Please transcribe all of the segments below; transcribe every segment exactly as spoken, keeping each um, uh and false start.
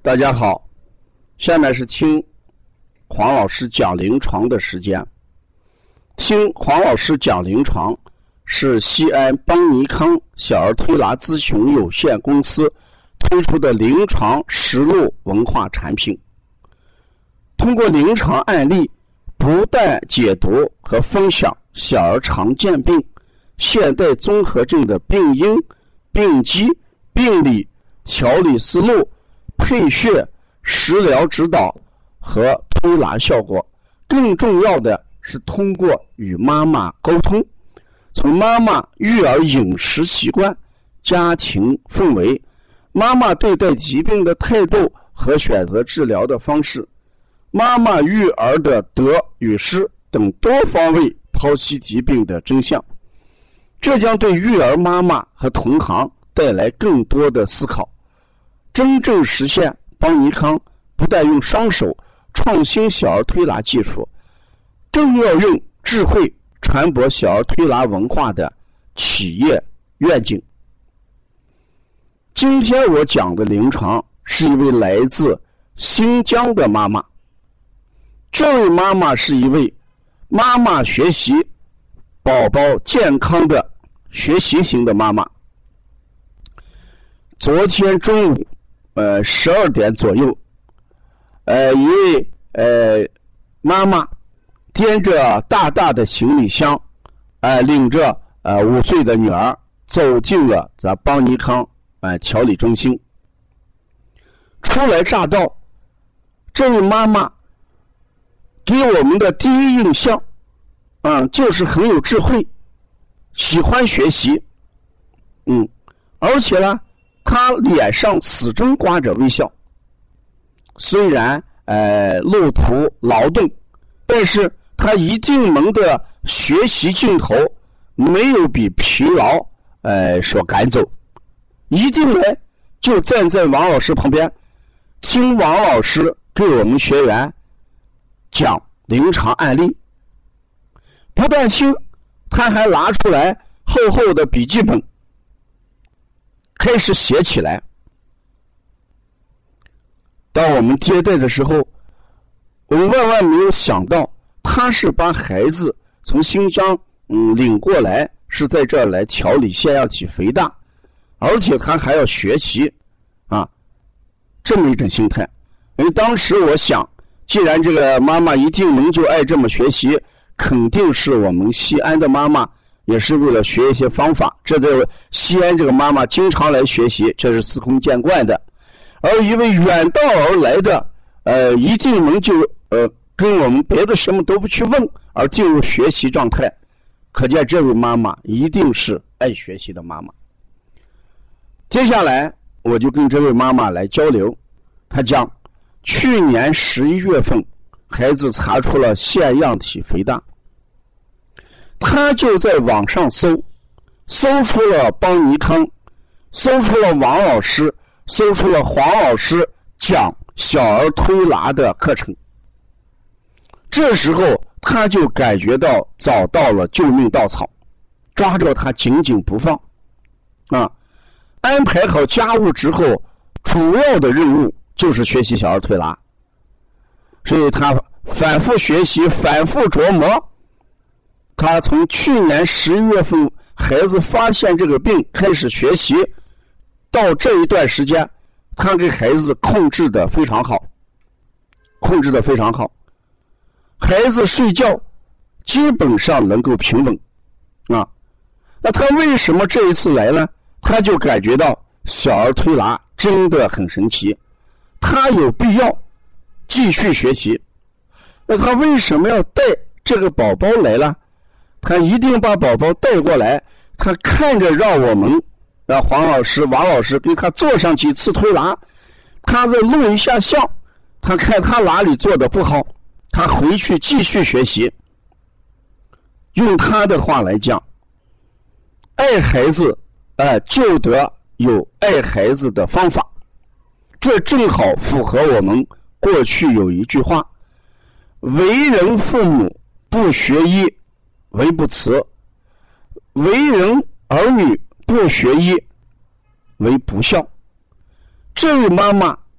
大家好，下面是听黄老师讲临床的时间。听黄老师讲临床是西安邦尼康小儿推拿咨询有限公司推出的临床实录文化产品。通过临床案例，不但解读和分享小儿常见病、现代综合症的病因、病机、病理、调理思路、配穴、食疗指导和推拿效果，更重要的是通过与妈妈沟通，从妈妈育儿饮食习惯、家庭氛围、妈妈对待疾病的态度和选择治疗的方式，妈妈育儿的得与失等多方位剖析疾病的真相。这将对育儿妈妈和同行带来更多的思考，真正实现邦尼康不但用双手创新小儿推拿技术，更要用智慧传播小儿推拿文化的企业愿景。今天我讲的临床是一位来自新疆的妈妈，这位妈妈是一位妈妈学习宝宝健康的学习型的妈妈。昨天中午呃十二点左右，呃一位呃妈妈掂着大大的行李箱，呃领着呃五岁的女儿走进了咱邦尼康呃调理中心。初来乍到，这位妈妈给我们的第一印象嗯就是很有智慧，喜欢学习，嗯而且呢他脸上始终挂着微笑。虽然呃路途劳动，但是他一进门的学习劲头没有比疲劳呃所赶走，一进来就站在王老师旁边，听王老师给我们学员讲临床案例。不但听，他还拿出来厚厚的笔记本开始写起来。当我们接待的时候，我们万万没有想到他是把孩子从新疆嗯领过来，是在这儿来调理腺样体肥大，而且他还要学习啊，这么一种心态。因为当时我想，既然这个妈妈一进门就爱这么学习，肯定是我们西安的妈妈也是为了学一些方法，这在西安这个妈妈经常来学习，这是司空见惯的。而一位远道而来的呃一进门就呃跟我们别的什么都不去问而进入学习状态，可见这位妈妈一定是爱学习的妈妈。接下来我就跟这位妈妈来交流，她讲去年十一月份孩子查出了腺样体肥大，他就在网上搜，搜出了邦尼康，搜出了王老师，搜出了黄老师讲小儿推拿的课程。这时候他就感觉到找到了救命稻草，抓着他紧紧不放啊！安排好家务之后，主要的任务就是学习小儿推拿，所以他反复学习，反复琢磨。他从去年十一月份孩子发现这个病开始学习，到这一段时间，他给孩子控制的非常好，控制的非常好。孩子睡觉基本上能够平稳啊。那他为什么这一次来呢？他就感觉到小儿推拿真的很神奇，他有必要继续学习。那他为什么要带这个宝宝来呢？他一定把宝宝带过来，他看着让我们让黄老师王老师给他做上几次推拿，他再录一下像，他看他哪里做的不好，他回去继续学习。用他的话来讲，爱孩子呃就得有爱孩子的方法，这正好符合我们过去有一句话，为人父母不学医为不慈，为人儿女不学医为不孝。这位妈妈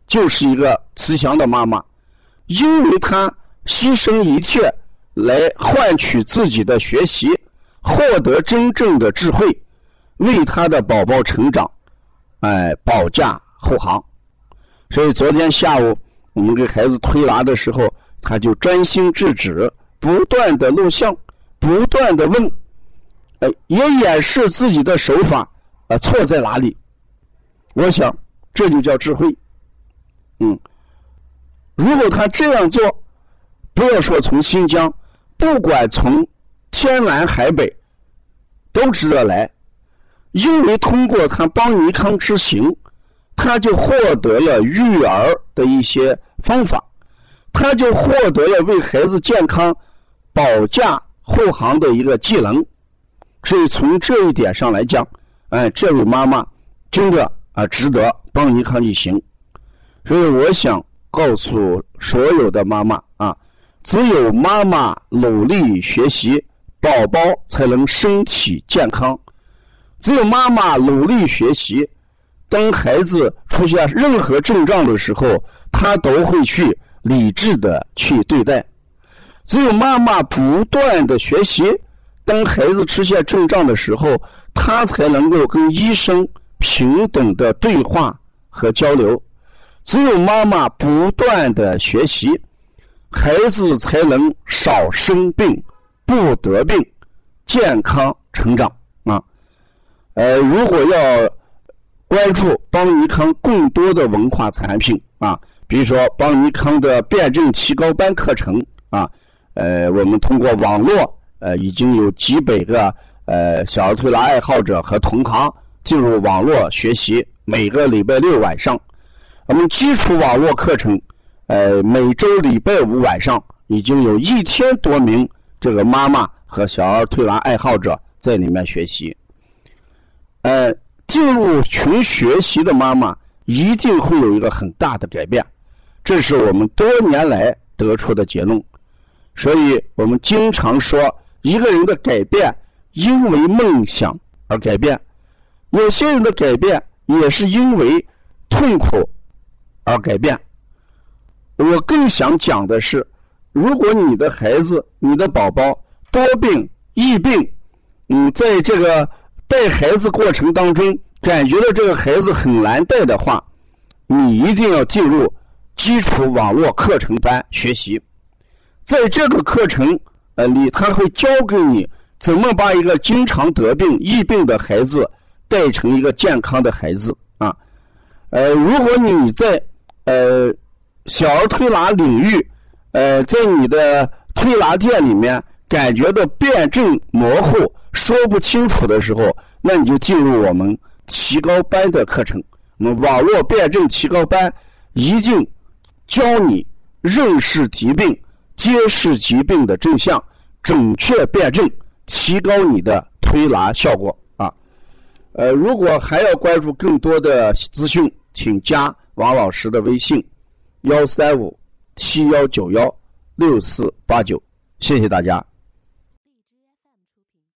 就是一个慈祥的妈妈，因为她牺牲一切来换取自己的学习，获得真正的智慧，为她的宝宝成长，哎，保驾护航。所以昨天下午我们给孩子推拿的时候，他就专心致志，不断的录像，不断的问，呃，也演示自己的手法，呃，错在哪里？我想这就叫智慧。嗯，如果他这样做，不要说从新疆，不管从天南海北，都值得来，因为通过他邦尼康之行，他就获得了育儿的一些方法，他就获得了为孩子健康保驾护航的一个技能。所以从这一点上来讲，哎，这位妈妈真的啊值得邦尼康一行。所以我想告诉所有的妈妈啊，只有妈妈努力学习，宝宝才能身体健康。只有妈妈努力学习，当孩子出现任何症状的时候，他都会去理智的去对待。只有妈妈不断的学习，当孩子出现症状的时候，他才能够跟医生平等的对话和交流。只有妈妈不断的学习，孩子才能少生病，不得病，健康成长啊。呃，如果要关注邦尼康更多的文化产品啊，比如说邦尼康的辩证提高班课程啊，呃，我们通过网络，呃，已经有几百个呃小儿推拿爱好者和同行进入网络学习，每个礼拜六晚上。我们基础网络课程，呃，每周礼拜五晚上已经有一千多名这个妈妈和小儿推拿爱好者在里面学习。呃，进入群学习的妈妈一定会有一个很大的改变，这是我们多年来得出的结论。所以我们经常说，一个人的改变因为梦想而改变，有些人的改变也是因为痛苦而改变。我更想讲的是，如果你的孩子、你的宝宝多病、易病，嗯，在这个带孩子过程当中，感觉到这个孩子很难带的话，你一定要进入基础网络课程班学习。在这个课程呃里，他会教给你怎么把一个经常得病、易病的孩子带成一个健康的孩子啊。呃，如果你在呃小儿推拿领域，呃，在你的推拿店里面感觉到辩证模糊、说不清楚的时候，那你就进入我们提高班的课程。我们网络辩证提高班一定教你认识疾病、揭示疾病的真相，准确辩证，提高你的推拿效果啊。呃，如果还要关注更多的资讯，请加王老师的微信幺三五七幺九幺六四八九，谢谢大家。